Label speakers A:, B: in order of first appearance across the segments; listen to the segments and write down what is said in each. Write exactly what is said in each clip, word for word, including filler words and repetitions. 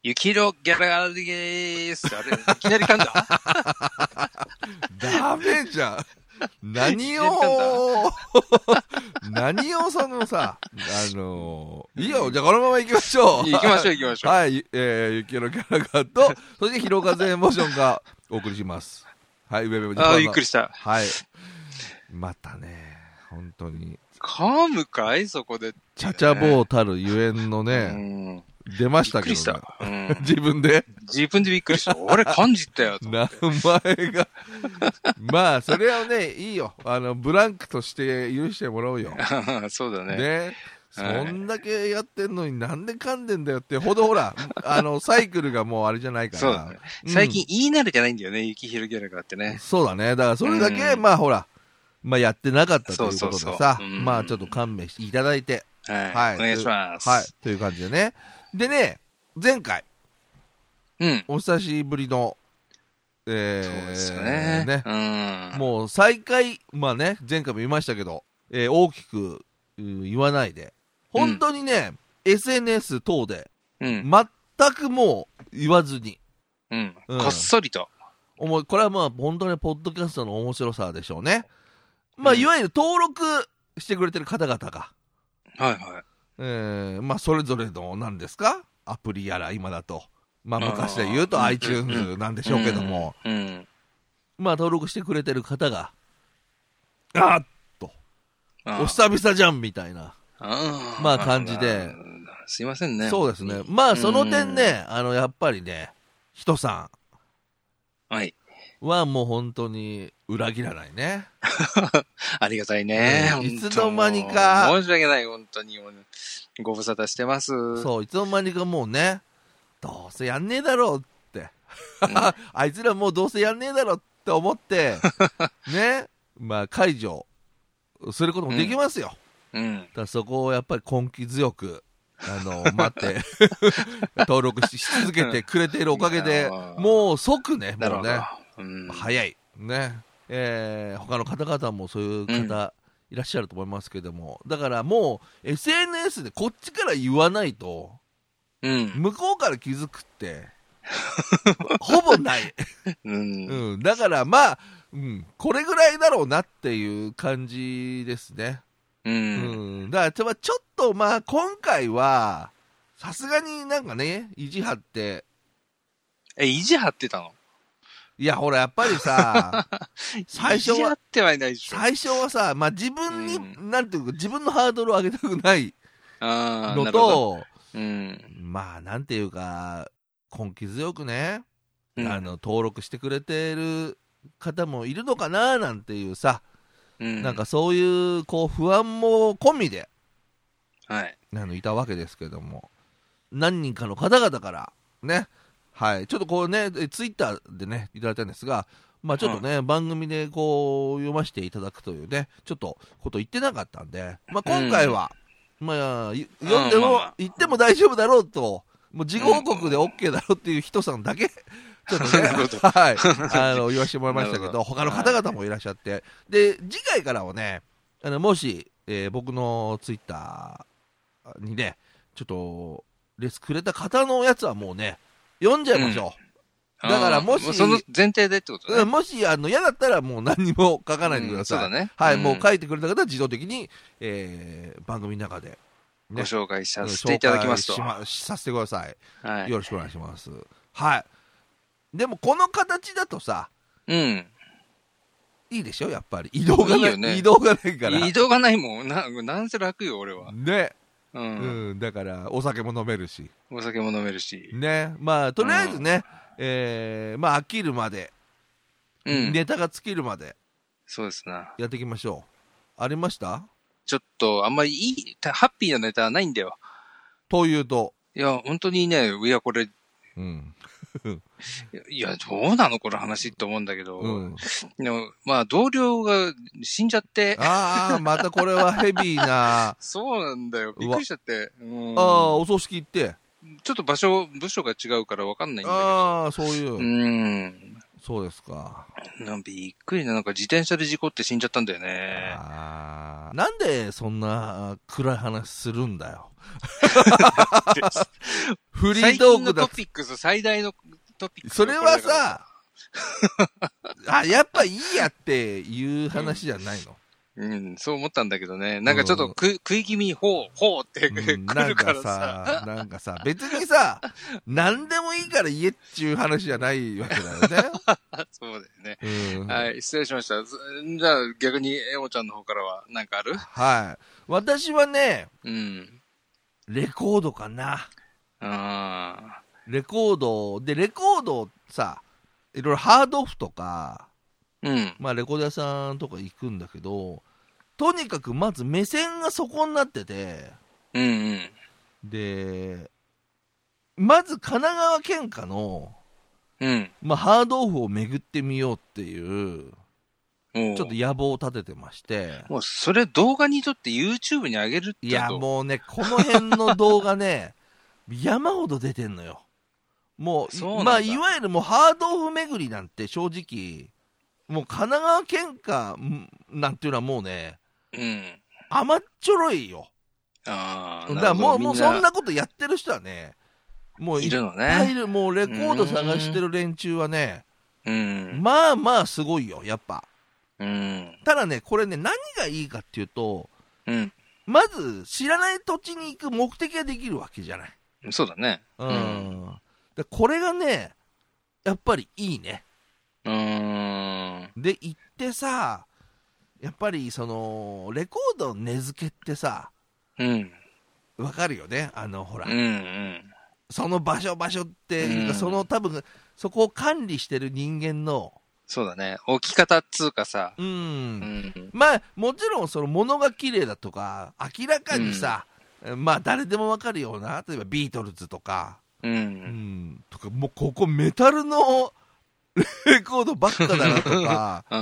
A: ゆきひろギャラガーでーす。あれ、いきなり噛んだ。
B: ダメじゃん。何を、何をそのさ、あのー、いいよ、じゃあこのまま行きましょう。
A: 行きましょう行きましょう。
B: はい、えー、ゆきひろギャラガーと、そしてひろかぜエモーションがお送りします。はい、ウェブジャパンの。
A: ああ、ゆっくりした。
B: はい。またね、本当に。
A: 噛むかいそこで、ね。
B: ちゃちゃぼうたるゆえんのね、出ましたけど、ね。びっくりした。うん、自分で
A: 自分でびっくりした。俺感じたよと。
B: 名前が。まあ、それはね、いいよ。あの、ブランクとして許してもらおうよ。
A: そうだね。
B: ね。そんだけやってんのになんで噛んでんだよってほどほら、あの、サイクルがもうあれじゃないから。
A: そうだね。うん、最近言い慣れてないんだよね、ゆきひろギャラガーってね。
B: そうだね。だからそれだけ、うん、まあほら、まあやってなかったということでさ、そうそうそう、まあちょっと勘弁していただいて。
A: はい。はい、お願いします。
B: はい。という感じでね。でね、前回、
A: うん、
B: お久しぶりの、えー、
A: そうですよね。
B: ね、
A: うん、
B: もう再開、まあね、前回も言いましたけど、えー、大きく言わないで、本当にね、うん、エスエヌエス 等で、うん、全くもう言わずに、
A: うんうん、こっそりと。
B: これはまあ本当にポッドキャストの面白さでしょうね。まあ、いわゆる登録してくれてる方々が、
A: はいはい。
B: えー、まあそれぞれの何ですかアプリやら今だと、まあ昔で言うと iTunes なんでしょうけども、
A: うんうんうん、
B: まあ登録してくれてる方が、あーっと、お久々じゃんみたいな、
A: あ
B: まあ感じで、
A: すいませんね。
B: そうですね。まあその点ね、あのやっぱりね、人さ
A: ん、はい。
B: はもう本当に裏切らないね。
A: ありがたいね。
B: うん、いつの間にか。
A: 申し訳ない、本当に。ご無沙汰してます。
B: そう、いつの間にかもうね、どうせやんねえだろうって。うん、あいつらもうどうせやんねえだろうって思って、ね、まあ解除することもできますよ。
A: うん。
B: だからそこをやっぱり根気強く、あの、待って、登録 し, し続けてくれているおかげで、もう即ね、もうね、うん、早い。ね。えー、他の方々もそういう方いらっしゃると思いますけども、うん、だからもう エスエヌエス でこっちから言わないと、
A: うん、
B: 向こうから気づくって、ほぼない、
A: うん
B: うん。だからまあ、うん、これぐらいだろうなっていう感じですね。
A: うん。
B: うん、だからちょっとまあ今回は、さすがになんかね、意地張って。
A: え、意地張ってたの？
B: いや、ほら、やっぱりさ、最初は、最初はさ、まあ、自分に、うん、なんていうか、自分のハードルを上げたくないのと、
A: うん、
B: まあ、なんていうか、根気強くね、
A: うん、
B: あの、登録してくれてる方もいるのかな、なんていうさ、うん、なんかそういう、こう、不安も込みで、
A: はい。
B: あの、いたわけですけども、何人かの方々から、ね、はい、ちょっとこうね、ツイッターでね、いただいたんですが、まあちょっとね、うん、番組でこう、読ませていただくというね、ちょっとこと言ってなかったんで、まあ今回は、うん、まあ、読んでも、言っても大丈夫だろうと、もう事後報告で OK だろうっていう人さんだけ、ちょっとね、はい、あの、言わせてもらいましたけど、ど他の方々もいらっしゃって、で、次回からはね、あの、もし、えー、僕のツイッターにね、ちょっと、レスくれた方のやつはもうね、読んじゃいましょう。うん、だからもし、
A: その前提でってことね。
B: もし、あの、嫌だったらもう何にも書かないでください。
A: うん、そうだね。
B: はい、
A: うん、
B: もう書いてくれた方は自動的に、えー、番組の中で、ね、
A: ご紹介させていただきますと。
B: しま、させてください。
A: はい。
B: よろしくお願いします。はい。でも、この形だとさ、
A: うん。
B: いいでしょやっぱり。移動がない。いいよね、移動がないから。
A: 移動がないもん。な、なんせ楽よ、俺は。
B: ね。
A: うん、
B: うん、だからお酒も飲めるし、
A: お酒も飲めるし、
B: ね、まあとりあえずね、うん、えー、まあ飽きるまで、うん、ネタが尽きるまで、
A: そうですな、
B: やっていきましょう。ありました？ち
A: ょっとあんまりいいハッピーなネタはないんだよ。
B: というと、
A: いや本当にね、いやこれ、
B: うん、
A: いやどうなのこの話って思うんだけど、うん、でもまあ同僚が死んじゃって、
B: ああまたこれはヘビーな、
A: そうなんだよ、びっくりしちゃって、
B: うん、ああお葬式行って。
A: ちょっと場所部署が違うから分かんないんだけど、
B: ああそういう、
A: うん、
B: そうですか。
A: なんびっくりな、なんか自転車で事故って死んじゃったんだよね。
B: あー、なんでそんな暗い話するんだよ。フリートークだ。
A: 最近のトピックス最大のトピックス。
B: それはさ、あ、やっぱいいやっていう話じゃないの。
A: うん、うん、そう思ったんだけどね。なんかちょっとく、うん、食い気味にほう、ほうって、うん、来るからさ。
B: なんかさ、別にさ、何でもいいから言えっちゅう話じゃないわけだよね。
A: そうだよね、うん。はい、失礼しました。じゃあ逆にエモちゃんの方からは何かある？
B: はい。私はね、
A: うん、
B: レコードかな。
A: あ
B: レコード、で、レコードさ、いろいろハードオフとか、
A: うん、
B: まあレコード屋さんとか行くんだけど、とにかくまず目線がそこになってて、
A: うんうん、
B: で、まず神奈川県下の、
A: うん、
B: まあハードオフを巡ってみようっていう、ちょっと野望を立ててまして。
A: もうそれ動画に撮って YouTube に上げるってこと？
B: いやもうね、この辺の動画ね、山ほど出てんのよ。もう、まあいわゆるもうハードオフ巡りなんて正直、もう神奈川県下なんていうのはもうね、
A: うん、
B: 甘っちょろいよ。
A: ああ、
B: だからもう、もうそんなことやってる人はね、もういっぱいいる、もうレコード探してる連中はね、
A: うん、
B: まあまあすごいよ、やっぱ。
A: うん、
B: ただね、これね、何がいいかっていうと、
A: うん、
B: まず知らない土地に行く目的ができるわけじゃない。
A: そうだね。
B: うん。うん、でこれがね、やっぱりいいね。
A: うー
B: ん。で、行ってさ、やっぱりその、レコードの値付けってさ、
A: うん。
B: わかるよね。あの、ほら。
A: うんうん。
B: その場所場所っていうか、うん、その多分、そこを管理してる人間の、
A: そうだね。置き方っつうかさ。
B: うん。うん、まあ、もちろんその物が綺麗だとか、明らかにさ、うん、まあ誰でもわかるような、例えばビートルズとか、
A: うん。うん
B: うんとか、もうここメタルのレコードばっかだなとか、うん、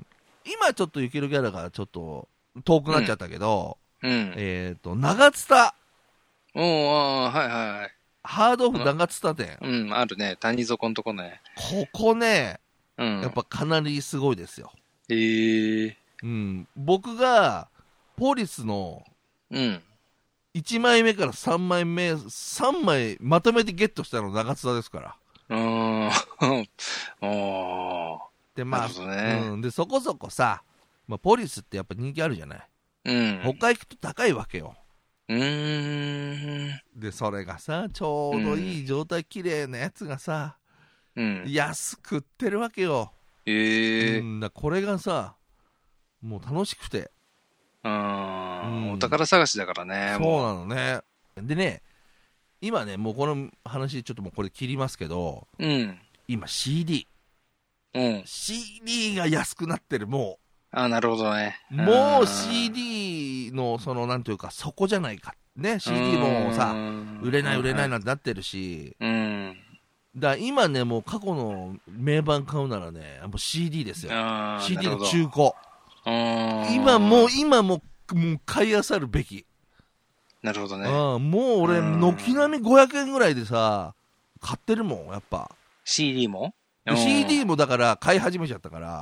B: 今ちょっと雪のギャラがちょっと遠くなっちゃったけど、
A: うん、
B: えっ、ー、と、長津田。
A: おー、はいはい。
B: ハードオフ長津田店。
A: うん、あるね。谷底のとこね。
B: ここね、
A: うん、
B: やっぱかなりすごいですよ。
A: へー。
B: うん。僕が、ポリスの、
A: うん。
B: いちまいめからさんまいめ、さんまいまとめてゲットしたの長津田ですから。
A: うーん。おー。
B: で、まあ、
A: なるほどね。
B: うん。で、そこそこさ、まあ、ポリスってやっぱ人気あるじゃない。
A: うん。
B: 他行くと高いわけよ。
A: うーん。
B: で、それがさ、ちょうどいい状態、綺麗なやつがさ、
A: うん、
B: 安く売ってるわけよ。
A: へえー。
B: うん、だこれがさ、もう楽しくて。
A: うん、お宝探しだからね。
B: そうなのね。でね、今ね、もうこの話、ちょっともうこれ切りますけど、
A: うん、
B: 今 シーディー。うん。シーディー が安くなってる、もう。
A: あ、なるほどね。
B: もう シーディー の、その、なんていうか、そこじゃないか。ね、シーディー もさ、売れない売れないなんてなってるし、
A: うん。
B: だ今ね、もう過去の名盤買うならね、もう シーディー ですよ。シーディー の中古。今もう、今もう、もう買い漁るべき。
A: なるほどね。
B: もう俺、軒並みごひゃくえんぐらいでさ、買ってるもん、やっぱ。
A: シーディー も？
B: シーディー もだから買い始めちゃったから、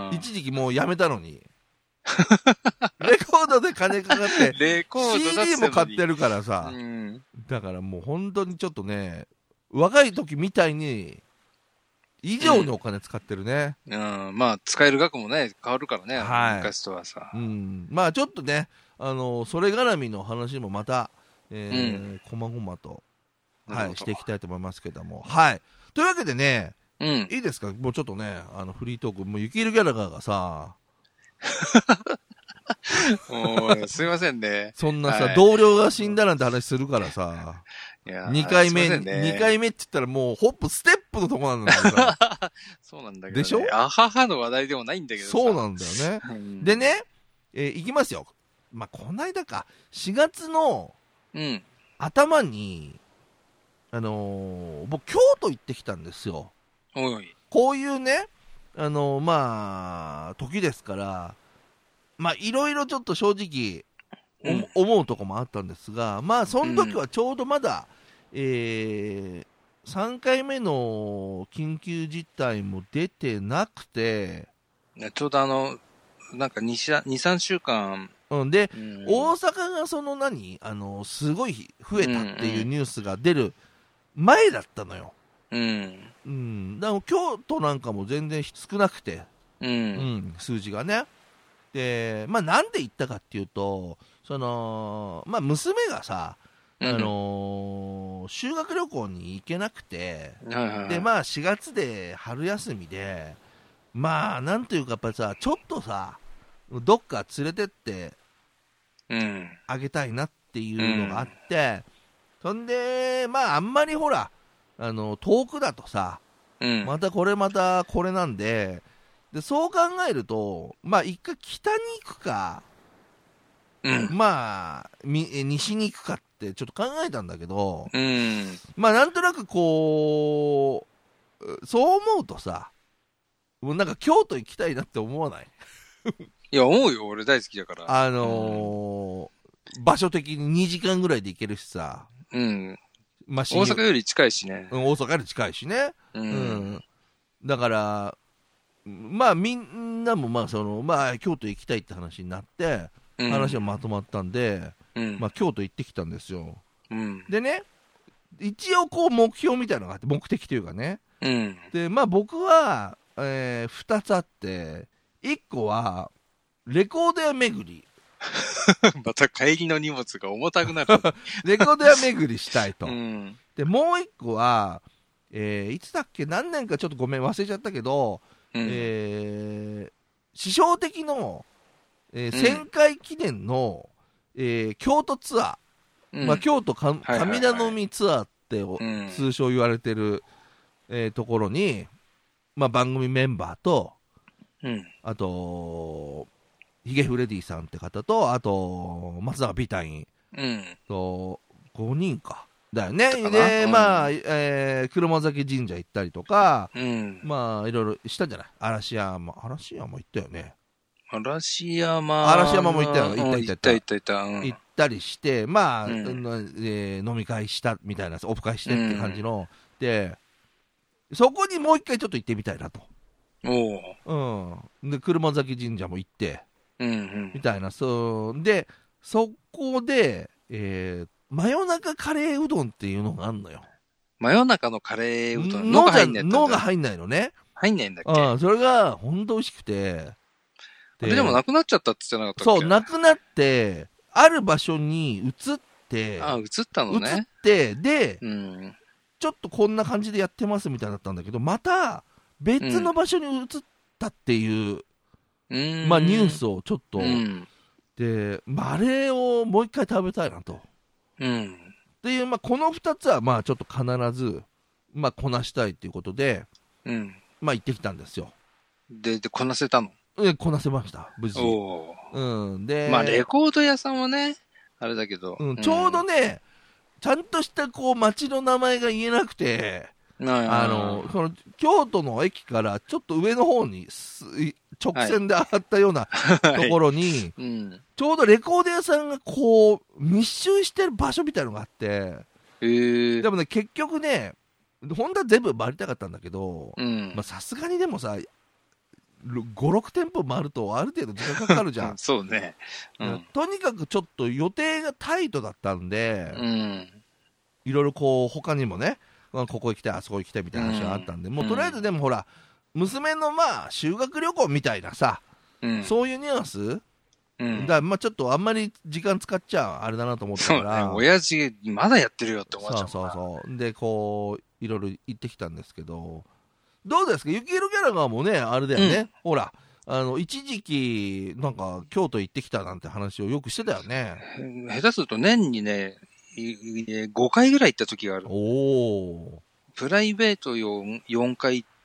B: 一時期もうやめたのに。レコードで金かかって、
A: レコード
B: シーディー も買ってるからさ、うん、だからもう本当にちょっとね、若い時みたいに、以上にお金使ってるね。
A: うん、うん、まあ使える額もね、変わるからね、はい、昔とはさ。
B: うん、まあちょっとね、あの、それ絡みの話もまた、えー、うん、こまごまと、はい、していきたいと思いますけども。はい。というわけでね、うん、いいですか、もうちょっとね、あの、フリートーク、もう雪色ギャラガーがさ、
A: もうすいませんね。
B: そんなさ、はい、同僚が死んだなんて話するからさ、いやにかいめ、ね、にかいめって言ったらもうホップステップのとこなんだけど
A: そうなんだけど、ね。
B: でしょ？
A: あははの話題でもないんだけどさ。
B: そうなんだよね。うん、でね、えー、いきますよ。まあ、こないだか、しがつの頭に、うん、あのー、僕京都行ってきたんですよ。
A: おい。
B: こういうね、あのー、まあ、時ですから、まあ、いろいろちょっと正直、うん、思うとこもあったんですが、まあ、その時はちょうどまだ、うん、えー、 さんかいめの緊急事態も出てなくて、
A: ちょうどあの、なんかに、さんしゅうかん。
B: うん、で、
A: うん、
B: 大阪がその何あの、すごい増えたっていうニュースが出る前だったのよ。
A: うん。
B: うん。だから京都なんかも全然少なくて、
A: うん。うん、
B: 数字がね。で、まあなんで言ったかっていうと、その、まあ娘がさ、あのー、修学旅行に行けなくて、
A: はいはいはい、
B: で、まあしがつで春休みで、まあなんというかやっぱりさ、ちょっとさ、どっか連れてってあげたいなっていうのがあって、うん、そんで、まああんまりほら、あの、遠くだとさ、うん、またこれまたこれなんで、で、そう考えると、まあ一回北に行くか、うん、まあ、西に行くかってちょっと考えたんだけど、うん、まあなんとなくこう、そう思うとさ、もうなんか京都行きたいなって思わない
A: いや、思うよ、俺大好きだから。
B: あのーうん、場所的ににじかんぐらいで行けるしさ。
A: うん。まあ、大阪より近いしね。
B: うん、大阪より近いしね。うん。うん、だから、まあみんなもまあその、まあ京都行きたいって話になって、うん、話がまとまったんで、うん、まあ京都行ってきたんですよ。うん、でね、一応こう目標みたいなのがあって、目的というかね。うん、で、まあ僕は、えー、ふたつあって、いっこは、レコード屋巡り。
A: また帰りの荷物が重たくなる。
B: レコード屋巡りしたいと。うん、で、もういっこは、えー、いつだっけ、何年かちょっとごめん忘れちゃったけど、うん、えー、師匠的の、えー、せんかい記念の、えー、京都ツアー、うん、まあ、京都か、神田の海ツアーって、うん、通称言われてる、えー、ところに、まあ、番組メンバーと、うん、あと、ヒゲフレディさんって方と、あと、松永ビタイン、うん、と、ごにんか。だよね。で、うん、まあ、えー、車崎神社行ったりとか、うん、まあ、いろいろしたんじゃない？嵐山、嵐山行ったよね。
A: 嵐山。
B: 嵐山も行ったよ。行った
A: 行った行った行った。
B: 行ったりして、まあ、うん、えー、飲み会したみたいな、オフ会してって感じの、うん、で、そこにもう一回ちょっと行ってみたいなと。おうん。で、車崎神社も行って、うんうん、みたいな、そう。で、そこで、えー、真夜中カレーうどんっていうのがあるのよ。
A: 真夜中のカレーうどん
B: のが入んないのが入んないのね。
A: 入んないんだっけ？
B: うん、それが、ほんと美味しくて。
A: で、でもなくなっちゃったって言ってなかったっけ？
B: そう、なくなって、ある場所に移って、
A: あ、移ったのね。
B: 移って、で、うん、ちょっとこんな感じでやってますみたいだったんだけど、また、別の場所に移ったっていう、うん、まあニュースをちょっと、うん、で、まあ、あれをもう一回食べたいなと。うん。っていう、まあこの二つはまあちょっと必ず、まあこなしたいっていうことで、うん。まあ行ってきたんですよ。
A: で、で、こなせたの？
B: え、こなせました、無事。お
A: うん。で、まあレコード屋さんはね、あれだけど。
B: うん、ちょうどね、ちゃんとしたこう街の名前が言えなくて、あの、その、京都の駅からちょっと上の方に直線で上がったようなところに、はいうん、ちょうどレコード屋さんがこう、密集してる場所みたいなのがあって、えー、でもね、結局ね、本当は全部回りたかったんだけど、さすがにでもさ、ご、ろく店舗回るとある程度時間かかるじゃん。
A: そうね、
B: うん。とにかくちょっと予定がタイトだったんで、うん、いろいろこう、他にもね、ここ行きたい、あそこ行きたいみたいな話があったんで、うん、もうとりあえずでもほら、娘のまあ修学旅行みたいなさ、うん、そういうニュアンス、うん、だまあちょっとあんまり時間使っちゃあれだなと思ったから、
A: そうね、親父まだやってるよって思っちゃう。
B: そうそうそう。で、こう、いろいろ行ってきたんですけど、どうですか、雪色ギャラガーもね、あれだよね、うん、ほら、あの、一時期、なんか、京都行ってきたなんて話をよくしてたよね。
A: 下手すると年にね、ごかいぐらい行った時がある。
B: お
A: プライベートよん、よんかい行って、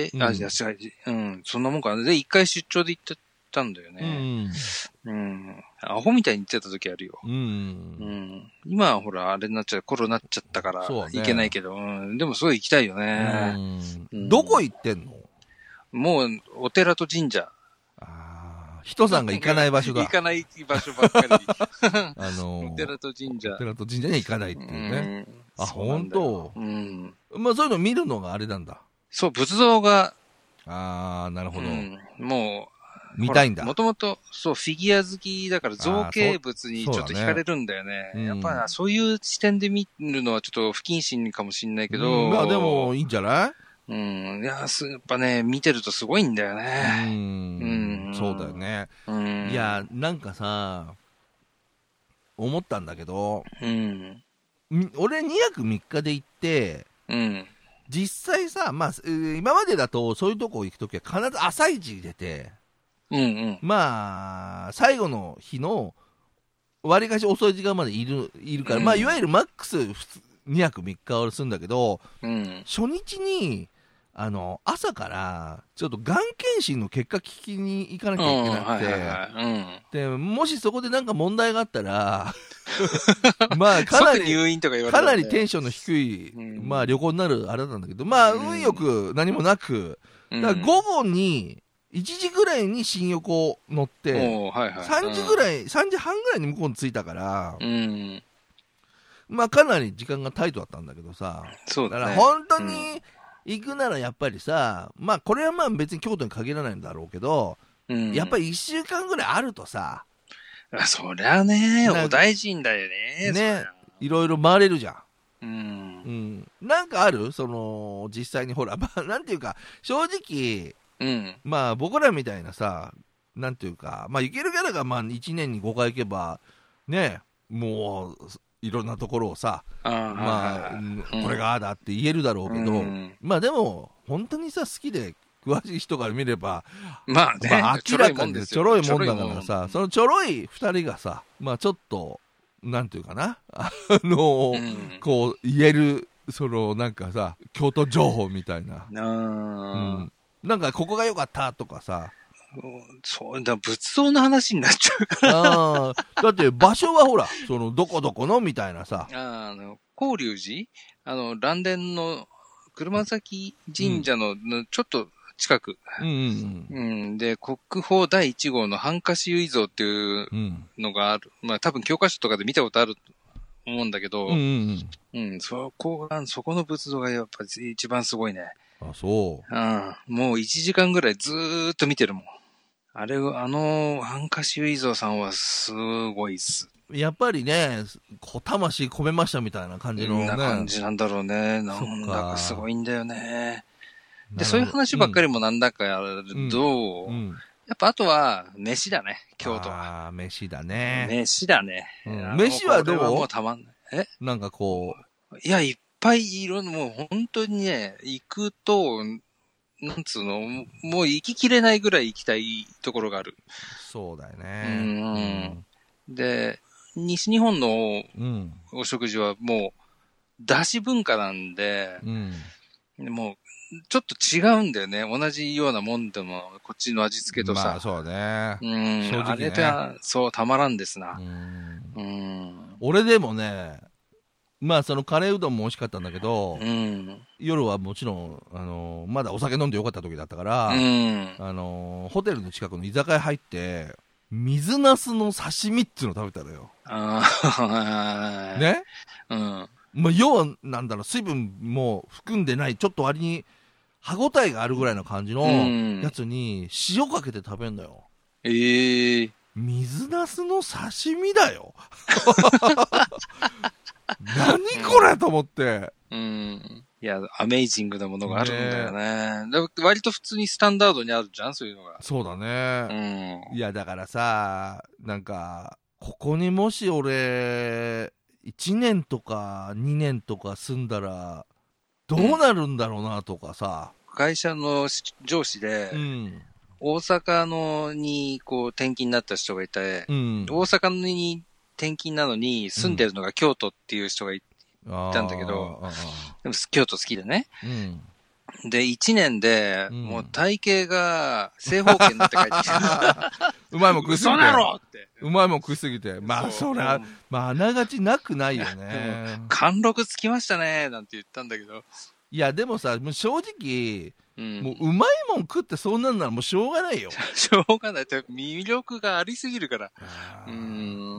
A: うん、あ、じゃあ、うん、そんなもんかな。で、いっかい出張で行ってたんだよね。うん。うん。アホみたいに行ってた時あるよ。うん。うん。今はほら、あれになっちゃう、コロナになっちゃったから、行けないけど、う、ね、うん。でもすごい行きたいよね。
B: うん。どこ行ってんの？
A: もう、お寺と神社。
B: 人さんが行かない場所だ。
A: 行かない場所ばっかり。あの
B: ー、
A: お寺と神社。
B: お寺と神社には行かないっていうね。うん、あ、ほんと。うん。 まあそういうの見るのがあれなんだ。
A: そう、仏像が、
B: ああ、なるほど。うん、
A: も
B: う、見たいんだ。
A: もともと、そう、フィギュア好きだから造形物にちょっと惹かれるんだよね。ねやっぱり、うん、そういう視点で見るのはちょっと不謹慎かもしれないけど。うん、
B: まあでもいいんじゃない？
A: うん。いや、やっぱね、見てるとすごいんだよね。
B: うん。うん、そうだよね。うん。いや、なんかさ、思ったんだけど、うん。俺にはくみっかで行って、うん。実際さ、まあ、今までだとそういうとこ行くときは必ず朝一出て、うんうん、まあ、最後の日の割りかし遅い時間までいるいるから、うん、まあ、いわゆるマックスにはくみっかはするんだけど、うん、初日にあの朝からちょっとがん検診の結果聞きに行かなきゃいけなくて、でもしそこでなんか問題があったらまあかなり
A: 入院とか言われ
B: かなりテンションの低い、うん、まあ旅行になるあれなんだけど、まあ運よく何もなく、だから午後にいちじぐらいに新横乗って、はいはい、さんじぐらい、うん、さんじはんぐらいに向こうに着いたから、うん、まあかなり時間がタイトだったんだけどさ、
A: そうだね、
B: だから本当に行くならやっぱりさ、まあこれはまあ別に京都に限らないんだろうけど、うん、やっぱりいっしゅうかんぐらいあるとさ、
A: そりゃね、お大臣だよね。
B: ね、いろいろ回れるじゃん。うん。うん。なんかあるその、実際にほら、まあ、なんていうか、正直、うん。まあ、僕らみたいなさ、なんていうか、まあ、行けるキャラが、まあ、いちねんにごかい行けば、ね、もう、いろんなところをさ、あまあ、うん、これがああだって言えるだろうけど、うん、まあでも、本当にさ、好きで、詳しい人から見れば、
A: まあね、
B: まあ、明らかにちょろいもんだからさ、そのちょろい二人がさ、まあちょっと、なんていうかな、あの、うん、こう、言える、その、なんかさ、京都情報みたいな。うん、なんか、ここが良かったとかさ、
A: そうだ、仏像の話になっちゃうから
B: あ。だって、場所はほら、その、どこどこのみたいなさ。
A: ああの、法隆寺あの、嵐電の、車崎神社の、うん、ちょっと、近く、うんうんうんうん、で国宝だいいち号の半夏由像っていうのがある、うん、まあ多分教科書とかで見たことあると思うんだけど、うんうんうんうん、そこがそこの仏像がやっぱり一番すごいね。
B: あ、そう。
A: うん、もういちじかんぐらいずーっと見てるもん。あれあの半夏由像さんはすごいっす。
B: やっぱりね、こ魂込めましたみたいな感じの、ね、
A: な感じなんだろうね。なんだかすごいんだよね。で、そういう話ばっかりもなんだかやると、うんうん、やっぱあとは、飯だね、京都は。
B: ああ、飯だね。
A: 飯だね。
B: うん、飯はどう？
A: もうたまんない。え
B: なんかこ
A: う。いや、いっぱいいろんな、もう本当にね、行くと、なんつうの、もう行ききれないぐらい行きたいところがある。
B: そうだよね。
A: うん。で、西日本のお食事はもう、だし文化なんで、うん、もう、ちょっと違うんだよね。同じようなもんでも、こっちの味付けとさ。
B: まあ、そうね。
A: うん。正直ね、あれでは、そう、たまらんですな。うん。
B: うん。俺でもね、まあ、そのカレーうどんも美味しかったんだけど、うん、夜はもちろん、あのー、まだお酒飲んでよかった時だったから、うん、あのー、ホテルの近くの居酒屋入って、水ナスの刺身っていうの食べたのよ。ああ。ね、うん。まあ、要は、なんだろう、水分も含んでない、ちょっと割に、歯ごたえがあるぐらいの感じのやつに塩かけて食べんだよ。ええー。水ナスの刺身だよ。何これと思って。
A: うん。いや、アメイジングなものがあるんだよね。ね割と普通にスタンダードにあるじゃん、そういうのが。
B: そうだね。うん。いや、だからさ、なんか、ここにもし俺、いちねんとかにねんとか住んだら、どうなるんだろうなとかさ、
A: うん、会社の上司で、うん、大阪のにこう転勤になった人がいて、うん、大阪に転勤なのに住んでるのが京都っていう人が い,、うん、いたんだけど、でも京都好きでね、うん、でいちねんで、うん、もう体型が正方形になって帰ってきた。
B: うまいもん食いすぎて。
A: 嘘だろって。
B: うまいもん食いすぎて。まあ、そりゃ、まあ、あながちなくないよね。
A: 貫禄つきましたね、なんて言ったんだけど。
B: いや、でもさ、もう正直、うん、もううまいもん食ってそうなんならもうしょうがないよ。
A: しょうがない。魅力がありすぎるから。うん。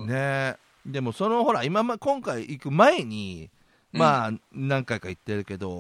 B: ねでもそのほら、今ま、今回行く前に、まあ、何回か行ってるけど、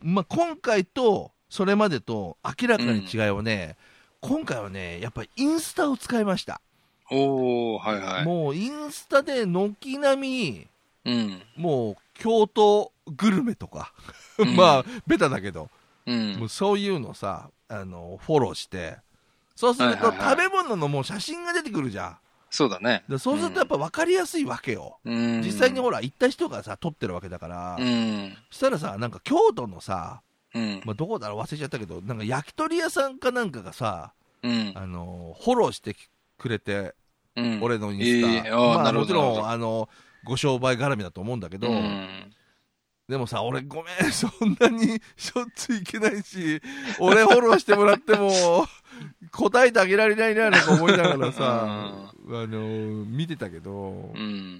B: まあ、今回とそれまでと明らかに違いはね、うん、今回はねやっぱりインスタを使いました。
A: おー、はいはい。
B: もうインスタで軒並み、
A: うん、
B: もう京都グルメとかまあベタだけど、
A: うん、
B: もうそういうのさあのフォローして、そうすると食べ物のもう写真が出てくるじゃん。
A: そうだね。
B: でそうするとやっぱ分かりやすいわけよ、うん、実際にほら行った人がさ撮ってるわけだから、うん、そしたらさなんか京都のさ、うんまあ、どこだろう忘れちゃったけどなんか焼き鳥屋さんかなんかがさ、うん、あのフォローしてくれて、うん、俺のインスタ、えーまあ、もちろんあのご商売絡みだと思うんだけど、うん、でもさ俺ごめんそんなにしょっちゅう行けないし俺フォローしてもらっても答えてあげられないななんか思いながらさ、うん、あの見てたけど、うん、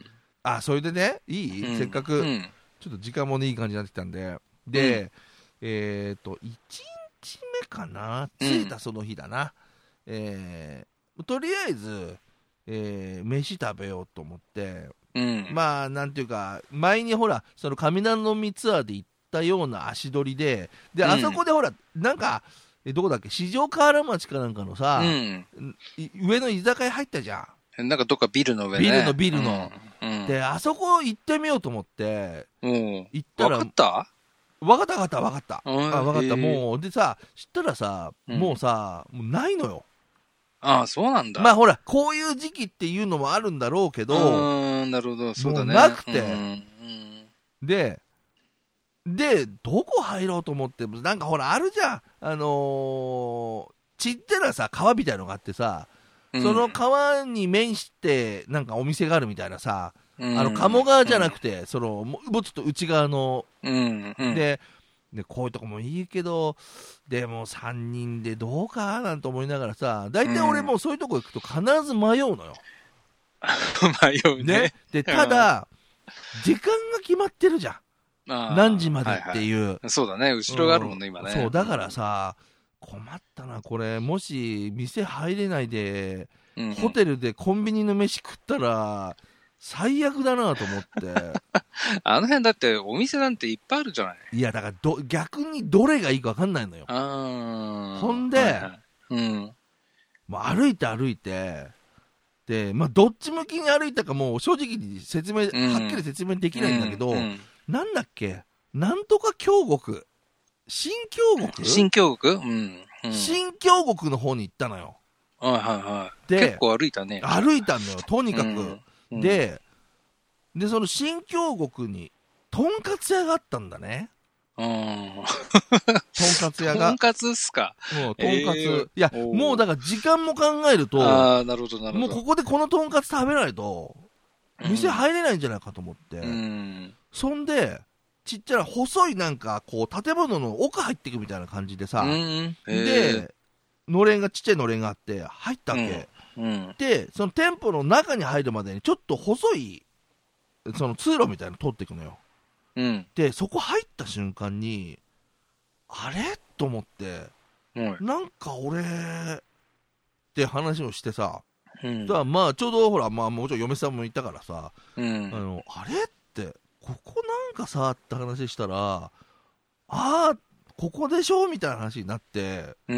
B: あそれでねいい、うん、せっかく、うん、ちょっと時間もねいい感じになってきたんでで、うん、えっ、ー、といちにちめかな着いたその日だな、うん、えー、とりあえず、えー、飯食べようと思って、うん、まあなんていうか前にほらその上南のみツアーで行ったような足取りでで、うん、あそこでほらなんかえどこだっけ四条河原町かなんかのさ、うん、上の居酒屋入ったじゃ
A: ん。なんかどっかビルの上ね。
B: ビルのビルの、うんうん、であそこ行ってみようと思って、うん、行ったら
A: 分かった
B: 分かった分かった分かった、うん、あ分かった、もうでさ知ったらさ、うん、もうさもうないのよ。
A: ああそうなんだ。
B: まあほらこういう時期っていうのもあるんだろうけど、
A: うんなるほどそうだね。
B: もうなくて、うんうん、ででどこ入ろうと思ってなんかほらあるじゃんあのー、ちっちゃなさ川みたいのがあってさ、うん、その川に面してなんかお店があるみたいなさ、うん、あの鴨川じゃなくて、うん、そのもうちょっと内側の、うんうん、ででこういうとこもいいけどでもさんにんでどうかなんて思いながらさ大体俺もうそういうとこ行くと必ず迷うのよ
A: 迷う ね, ね
B: でただ時間が決まってるじゃん何時までっていう、はい
A: はい、そうだね後ろがあるもんね、うん、今ね。
B: そうだからさ困ったなこれもし店入れないで、うん、ホテルでコンビニの飯食ったら最悪だなと思って
A: あの辺だってお店なんていっぱいあるじゃない。
B: いやだからど逆にどれがいいか分かんないのよ。あほんで、はいはいうん、もう歩いて歩いてで、まあ、どっち向きに歩いたかもう正直に説明、うん、はっきり説明できないんだけど、うんうんなんだっけなんとか京極新京極
A: 新京極、うん
B: うん、新京極の方に行ったのよ。
A: はいはいはいで結構歩いたね。
B: 歩いたのよとにかく、うんうん、ででその新京極にとんかつ屋があったんだね。うんとんかつ屋が
A: とんかつっすか。
B: もうとんかつ、えー、いやもうだから時間も考えると
A: あなるほどなるほどもう
B: ここでこのとんかつ食べないと店入れないんじゃないかと思って、うん、そんでちっちゃな細いなんかこう建物の奥入っていくみたいな感じでさ、うん、でのれんがちっちゃいのれんがあって入ったわけ、うんうん、でその店舗の中に入るまでにちょっと細いその通路みたいなの通っていくのよ、うん、でそこ入った瞬間にあれと思って、うん、なんか俺って話をしてさ、うん、だからまあちょうどほら、まあ、もちろん嫁さんもいたからさ、うん、あのあれってここなんかさって話したらああここでしょみたいな話になって、うん、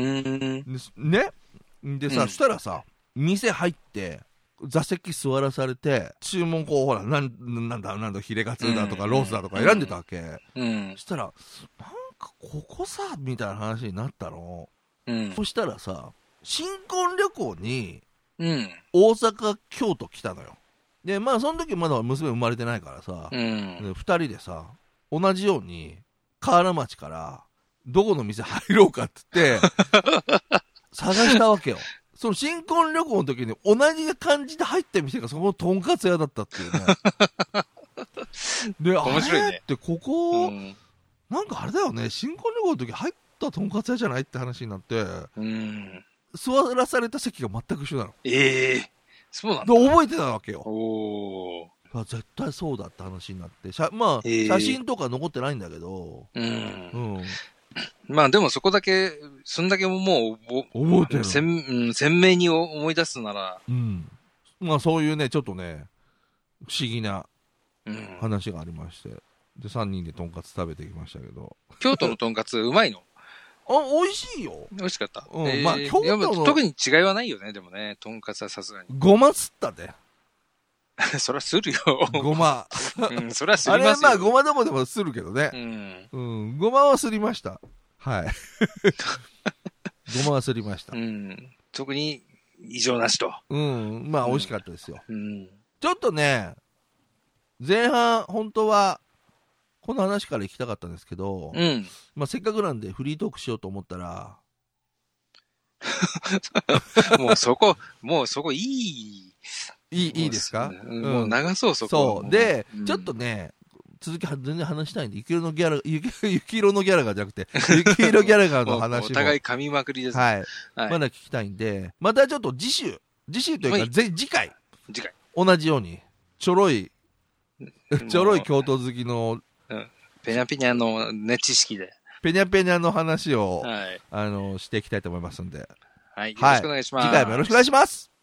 B: ねでさ、うん、したらさ店入って座席座らされて注文こうほらなんなんだなんだヒレカツだとか、うん、ロースだとか選んでたわけ、うん、そしたらなんかここさみたいな話になったの、うん、そしたらさ新婚旅行に、うん、大阪京都来たのよ。でまあその時まだ娘生まれてないからさ、うん、でふたりでさ同じように河原町からどこの店入ろうかって言って探したわけよ。その新婚旅行の時に同じ感じで入った店がそこのとんかつ屋だったっていうねで面白いね。あれってここ、うん、なんかあれだよね新婚旅行の時入ったとんかつ屋じゃないって話になって、うん、座らされた席が全く一緒なの。
A: ええー、そうなんだ。
B: で覚えてたわけよ。お絶対そうだって話になってしゃまあ、えー、写真とか残ってないんだけど、うん、うん
A: まあでもそこだけ、そんだけももう、覚えてる鮮、鮮明に思い出すなら。
B: うん。まあそういうね、ちょっとね、不思議な話がありまして。 で、さんにんでとんかつ食べてきましたけど。
A: 京都のとんかつうまいの？
B: あ、美味しいよ。
A: 美味しかった。
B: うん。
A: えー、
B: まあ、京都の。
A: 特に違いはないよね、でもね。とんかつはさすがに。
B: ごますったで。
A: そらするよ。
B: ごま。
A: うん、そらすりますよ。
B: あれはまあ、ごまどこでもするけどね。
A: うん。
B: うん。ごまはすりました。はい。ごまはすりました。
A: うん。特に異常なしと。
B: うん。まあ、美味しかったですよ。
A: うん。
B: ちょっとね、前半、本当は、この話から行きたかったんですけど、
A: うん。
B: まあ、せっかくなんでフリートークしようと思ったら、
A: もうそこ、もうそこいい。
B: いい、いいですか？
A: うん、もう流そう、そこ。
B: そう。で、
A: うん、
B: ちょっとね、続きは全然話したいんで、雪色のギャラ、雪雪色のギャラがじゃなくて、雪色ギャラガーの話も。
A: お互い噛みまくりですね。
B: はい。
A: はい、
B: まだ聞きたいんで、またちょっと次週、次週というか、はい、次回。
A: 次回。
B: 同じように、ちょろい、ちょろい京都好きの、
A: うん、ペニャペニャのね、知識で。
B: ペニャペニャの話を、
A: はい、
B: あの、していきたいと思いますんで。
A: はい。よろしくお願いします。
B: 次回もよろしくお願いします。